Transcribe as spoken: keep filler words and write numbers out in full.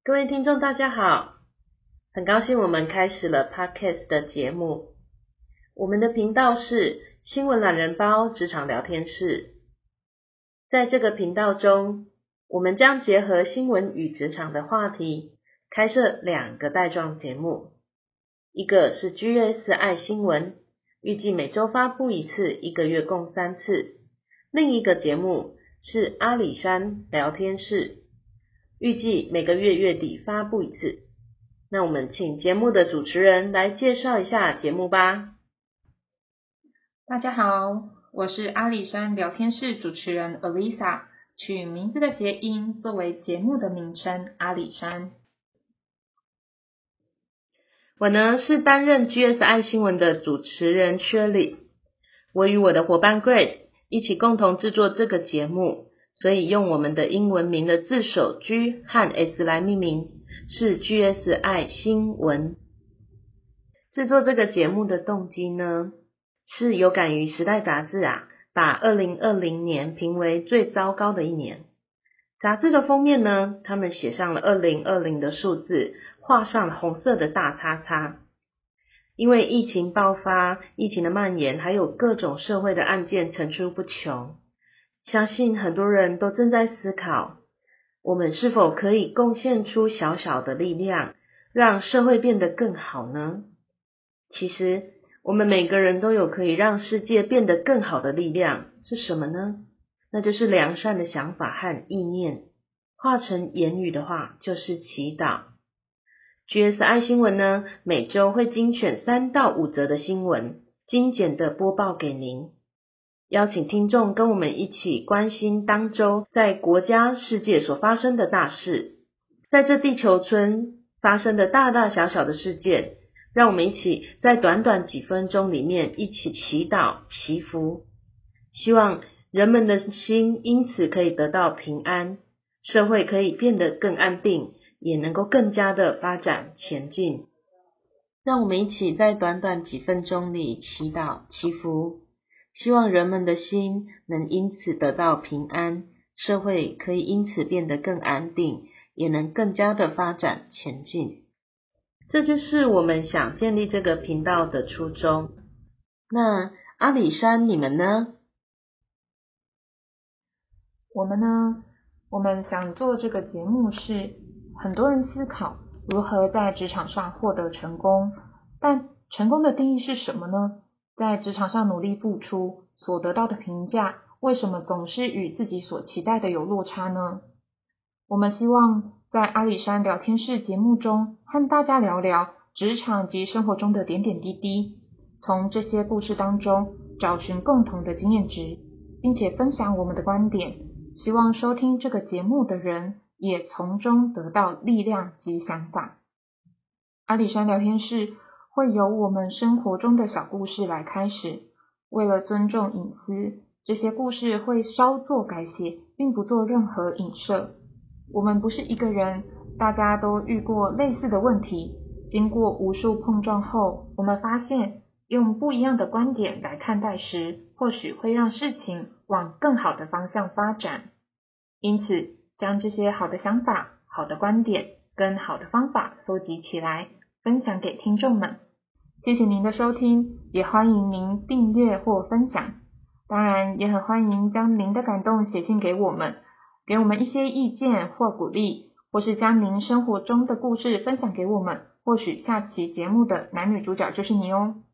各位听众大家好，很高兴我们开始了 Podcast 的节目。我们的频道是新闻懒人包职场聊天室。在这个频道中，我们将结合新闻与职场的话题，开设两个带状节目。一个是 G S 爱新闻，预计每周发布一次，一个月共三次。另一个节目是阿里山聊天室，预计每个月月底发布一次。那我们请节目的主持人来介绍一下节目吧。 大家好，我是阿里山聊天室主持人 Alisa， 取名字的谐音作为节目的名称阿里山。 我呢是担任 G S 爱新闻的主持人 Shirley， 我与我的伙伴 Grace 一起共同制作这个节目，所以用我们的英文名的字首 G 和 S 来命名，是 G S 爱新闻。制作这个节目的动机呢，是有感于时代杂志啊，把二零二零年评为最糟糕的一年。杂志的封面呢，他们写上了二零二零的数字，画上了红色的大叉叉。因为疫情爆发，疫情的蔓延，还有各种社会的案件层出不穷，相信很多人都正在思考，我们是否可以贡献出小小的力量，让社会变得更好呢？其实我们每个人都有可以让世界变得更好的力量，是什么呢？那就是良善的想法和意念，化成言语的话就是祈祷。G S 爱新闻呢，每周会精选三到五则的新闻，精简的播报给您，邀请听众跟我们一起关心当周在国家世界所发生的大事，在这地球村发生的大大小小的事件，让我们一起在短短几分钟里面一起祈祷祈福，希望人们的心因此可以得到平安，社会可以变得更安定，也能够更加的发展前进。让我们一起在短短几分钟里祈祷祈福，希望人们的心能因此得到平安，社会可以因此变得更安定，也能更加的发展前进。这就是我们想建立这个频道的初衷。那阿里山你们呢？ 我们呢，我们想做这个节目是很多人思考如何在职场上获得成功，但成功的定义是什么呢？在职场上努力付出所得到的评价，为什么总是与自己所期待的有落差呢？我们希望在阿里山聊天室节目中和大家聊聊职场及生活中的点点滴滴，从这些故事当中找寻共同的经验值，并且分享我们的观点，希望收听这个节目的人也从中得到力量及想法。阿里山聊天室会由我们生活中的小故事来开始，为了尊重隐私，这些故事会稍作改写，并不做任何影射。我们不是一个人，大家都遇过类似的问题，经过无数碰撞后，我们发现用不一样的观点来看待时，或许会让事情往更好的方向发展。因此，将这些好的想法、好的观点跟好的方法搜集起来，分享给听众们。谢谢您的收听，也欢迎您订阅或分享。当然，也很欢迎将您的感动写信给我们，给我们一些意见或鼓励，或是将您生活中的故事分享给我们，或许下期节目的男女主角就是你哦。